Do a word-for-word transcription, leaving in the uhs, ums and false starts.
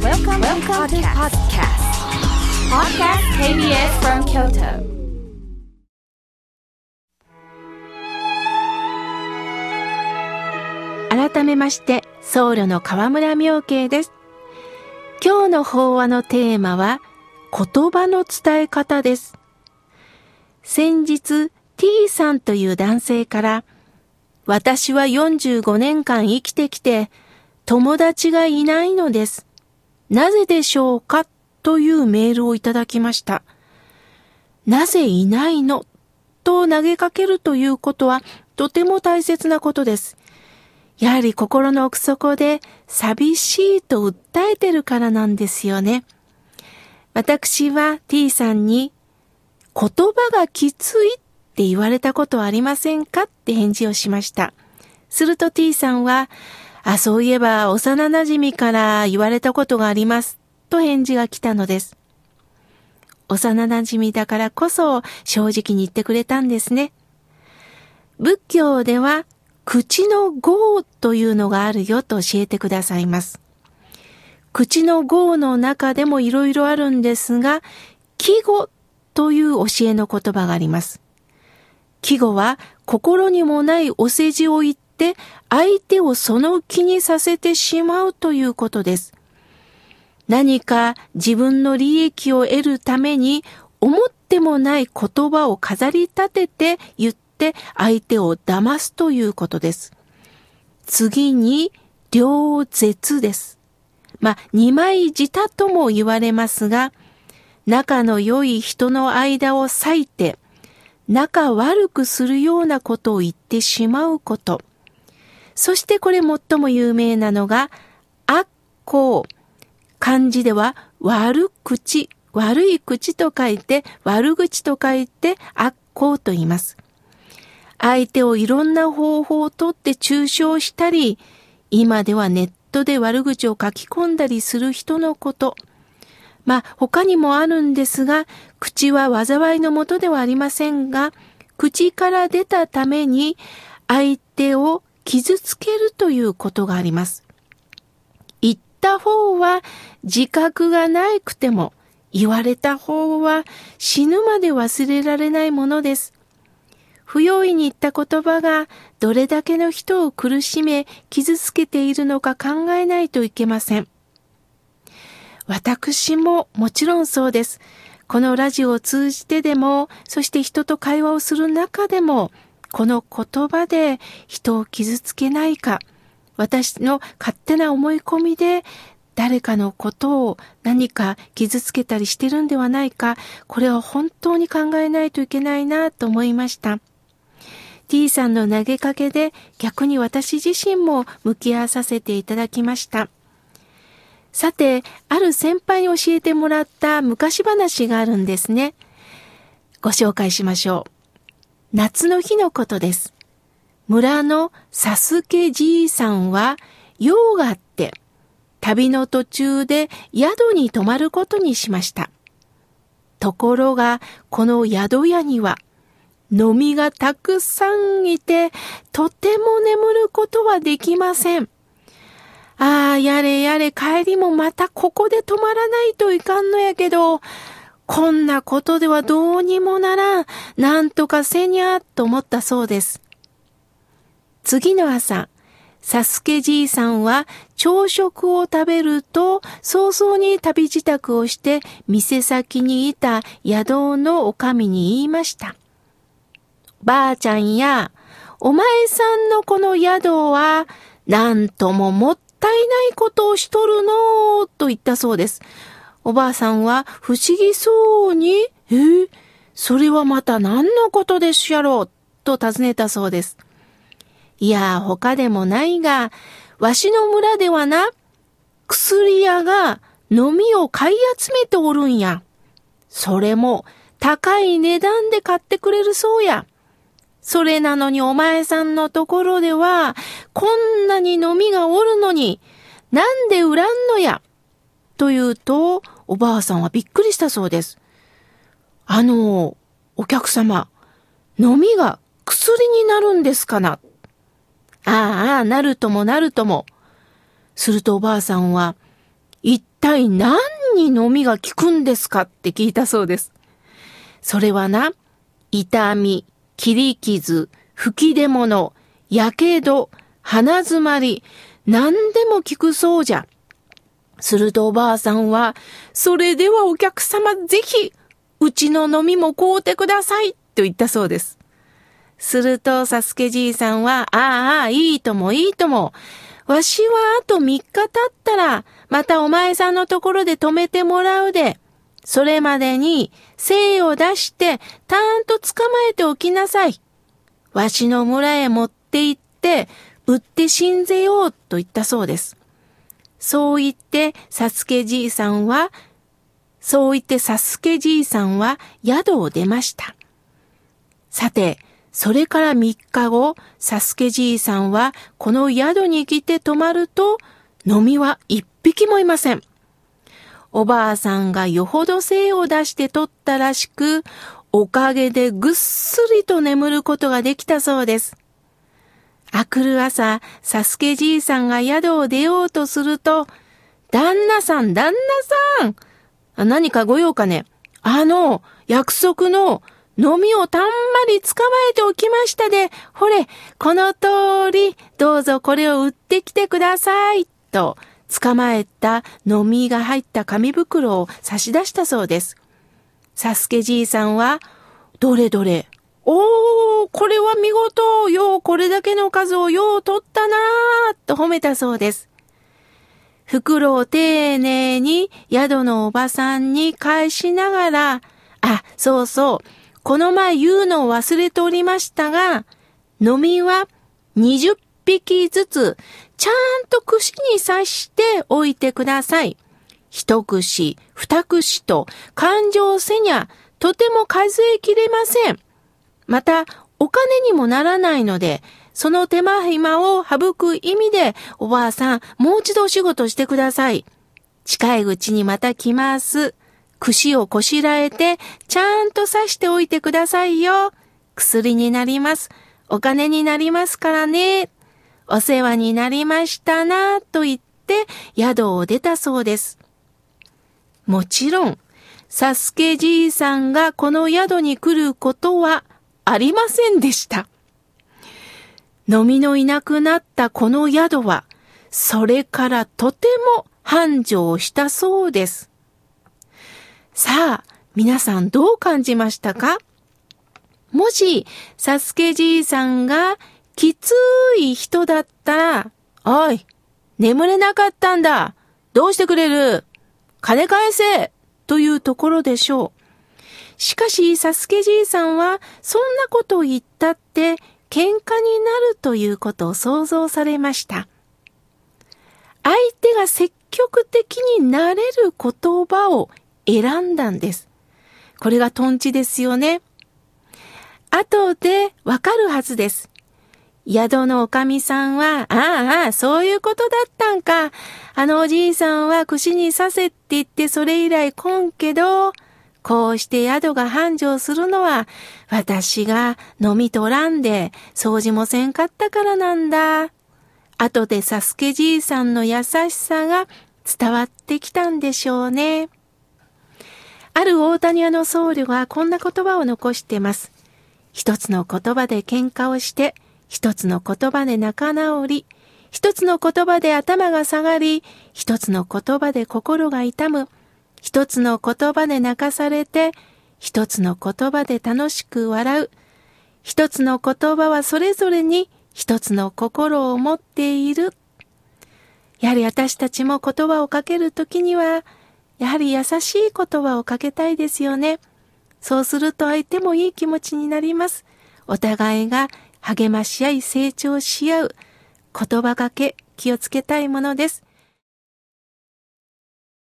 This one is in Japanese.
Welcome, Welcome to podcast. Podcast ケービーエス from Kyoto. 改めまして僧侶の河村明慶です。今日の法話のテーマは言葉の伝え方です。先日 T さんという男性から、私はよんじゅうごねんかん生きてきて友達がいないのです。なぜでしょうかというメールをいただきました。なぜいないのと投げかけるということはとても大切なことです。やはり心の奥底で寂しいと訴えてるからなんですよね。私は T さんに言葉がきついって言われたことはありませんかって返事をしました。すると T さんは、あ、そういえば幼馴染から言われたことがありますと返事が来たのです。幼馴染だからこそ正直に言ってくれたんですね。仏教では口の業というのがあるよと教えてくださいます。口の業の中でもいろいろあるんですが、季語という教えの言葉があります。季語は心にもないお世辞を言って相手をその気にさせてしまうということです。何か自分の利益を得るために思ってもない言葉を飾り立てて言って相手を騙すということです。次に両舌です。まあ、二枚舌とも言われますが、仲の良い人の間を裂いて仲悪くするようなことを言ってしまうこと。そしてこれ最も有名なのが悪口。漢字では悪口、悪い口と書いて悪口と書いて悪口と言います。相手をいろんな方法をとって中傷したり、今ではネットで悪口を書き込んだりする人のこと。まあ他にもあるんですが、口は災いのもとではありませんが、口から出たために相手を傷つけるということがあります。言った方は自覚がなくても、言われた方は死ぬまで忘れられないものです。不用意に言った言葉がどれだけの人を苦しめ、傷つけているのか考えないといけません。私ももちろんそうです。このラジオを通じてでも、そして人と会話をする中でも、この言葉で人を傷つけないか、私の勝手な思い込みで誰かのことを何か傷つけたりしてるんではないか、これは本当に考えないといけないなと思いました。T さんの投げかけで逆に私自身も向き合わさせていただきました。さて、ある先輩に教えてもらった昔話があるんですね。ご紹介しましょう。夏の日のことです。村のサスケじいさんは用があって、旅の途中で宿に泊まることにしました。ところが、この宿屋には、飲みがたくさんいて、とても眠ることはできません。ああ、やれやれ帰りもまたここで泊まらないといかんのやけど、こんなことではどうにもならん、なんとかせにゃと思ったそうです。次の朝、サスケじいさんは朝食を食べると早々に旅支度をして店先にいた宿のおかみに言いました。ばあちゃんや、お前さんのこの宿はなんとももったいないことをしとるのと言ったそうです。おばあさんは不思議そうに、えー、それはまた何のことでしやろうと尋ねたそうです。いや、他でもないが、わしの村ではな、薬屋が飲みを買い集めておるんや。それも高い値段で買ってくれるそうや。それなのにお前さんのところでは、こんなに飲みがおるのに、なんで売らんのや。と言うと、おばあさんはびっくりしたそうです。あの、お客様、飲みが薬になるんですかな。ああ、なるともなるとも。するとおばあさんは、 一体何にのみが効くんですかって聞いたそうです。それはな、痛み、切り傷、吹き出物、やけど、鼻づまり、何でも効くそうじゃ。するとおばあさんは、それではお客様ぜひ、うちの飲みも買うてください、と言ったそうです。すると、サスケじいさんは、ああ、いいともいいとも。わしはあとみっか経ったら、またお前さんのところで泊めてもらうで。それまでに、精を出して、たーんと捕まえておきなさい。わしの村へ持って行って、売って死んぜよう、と言ったそうです。そう言って、サスケじいさんは、そう言ってサスケじいさんは宿を出ました。さて、それからみっかご、サスケじいさんはこの宿に来て泊まると、飲みは一匹もいません。おばあさんがよほど精を出して取ったらしく、おかげでぐっすりと眠ることができたそうです。あくる朝、サスケじいさんが宿を出ようとすると、旦那さん、旦那さん、あ何かご用かね。あの、約束の飲みをたんまり捕まえておきましたで、ほれ、この通り、どうぞこれを売ってきてください、と、捕まえた飲みが入った紙袋を差し出したそうです。サスケじいさんは、どれどれ、おー、これは見事、ようこれだけの数をよう取ったなー、と褒めたそうです。袋を丁寧に宿のおばさんに返しながら、あ、そうそう、この前言うのを忘れておりましたが、飲みはにじゅっぴきずつ、ちゃんと串に刺しておいてください。一串、二串と勘定せにゃ、とても数えきれません。また、お金にもならないので、その手間暇を省く意味で、おばあさん、もう一度お仕事してください。近いうちにまた来ます。串をこしらえて、ちゃんと刺しておいてくださいよ。薬になります。お金になりますからね。お世話になりましたな、と言って、宿を出たそうです。もちろん、サスケじいさんがこの宿に来ることはありませんでした。飲みのいなくなったこの宿は、それからとても繁盛したそうです。さあ、皆さんどう感じましたか？もし、サスケじいさんがきつい人だったら、おい、眠れなかったんだ。どうしてくれる？金返せ！というところでしょう。しかし、サスケじいさんは、そんなことを言ったって、喧嘩になるということを想像されました。相手が積極的になれる言葉を選んだんです。これがトンチですよね。後でわかるはずです。宿のおかみさんは、ああ、ああ、そういうことだったんか。あのおじいさんは串に刺せって言ってそれ以来来んけど、こうして宿が繁盛するのは、私が飲み取らんで、掃除もせんかったからなんだ。後でサスケじいさんの優しさが伝わってきたんでしょうね。ある大谷屋の僧侶がこんな言葉を残してます。一つの言葉で喧嘩をして、一つの言葉で仲直り、一つの言葉で頭が下がり、一つの言葉で心が痛む、一つの言葉で泣かされて、一つの言葉で楽しく笑う。一つの言葉はそれぞれに一つの心を持っている。やはり私たちも言葉をかけるときには、やはり優しい言葉をかけたいですよね。そうすると相手もいい気持ちになります。お互いが励まし合い成長し合う言葉かけ気をつけたいものです。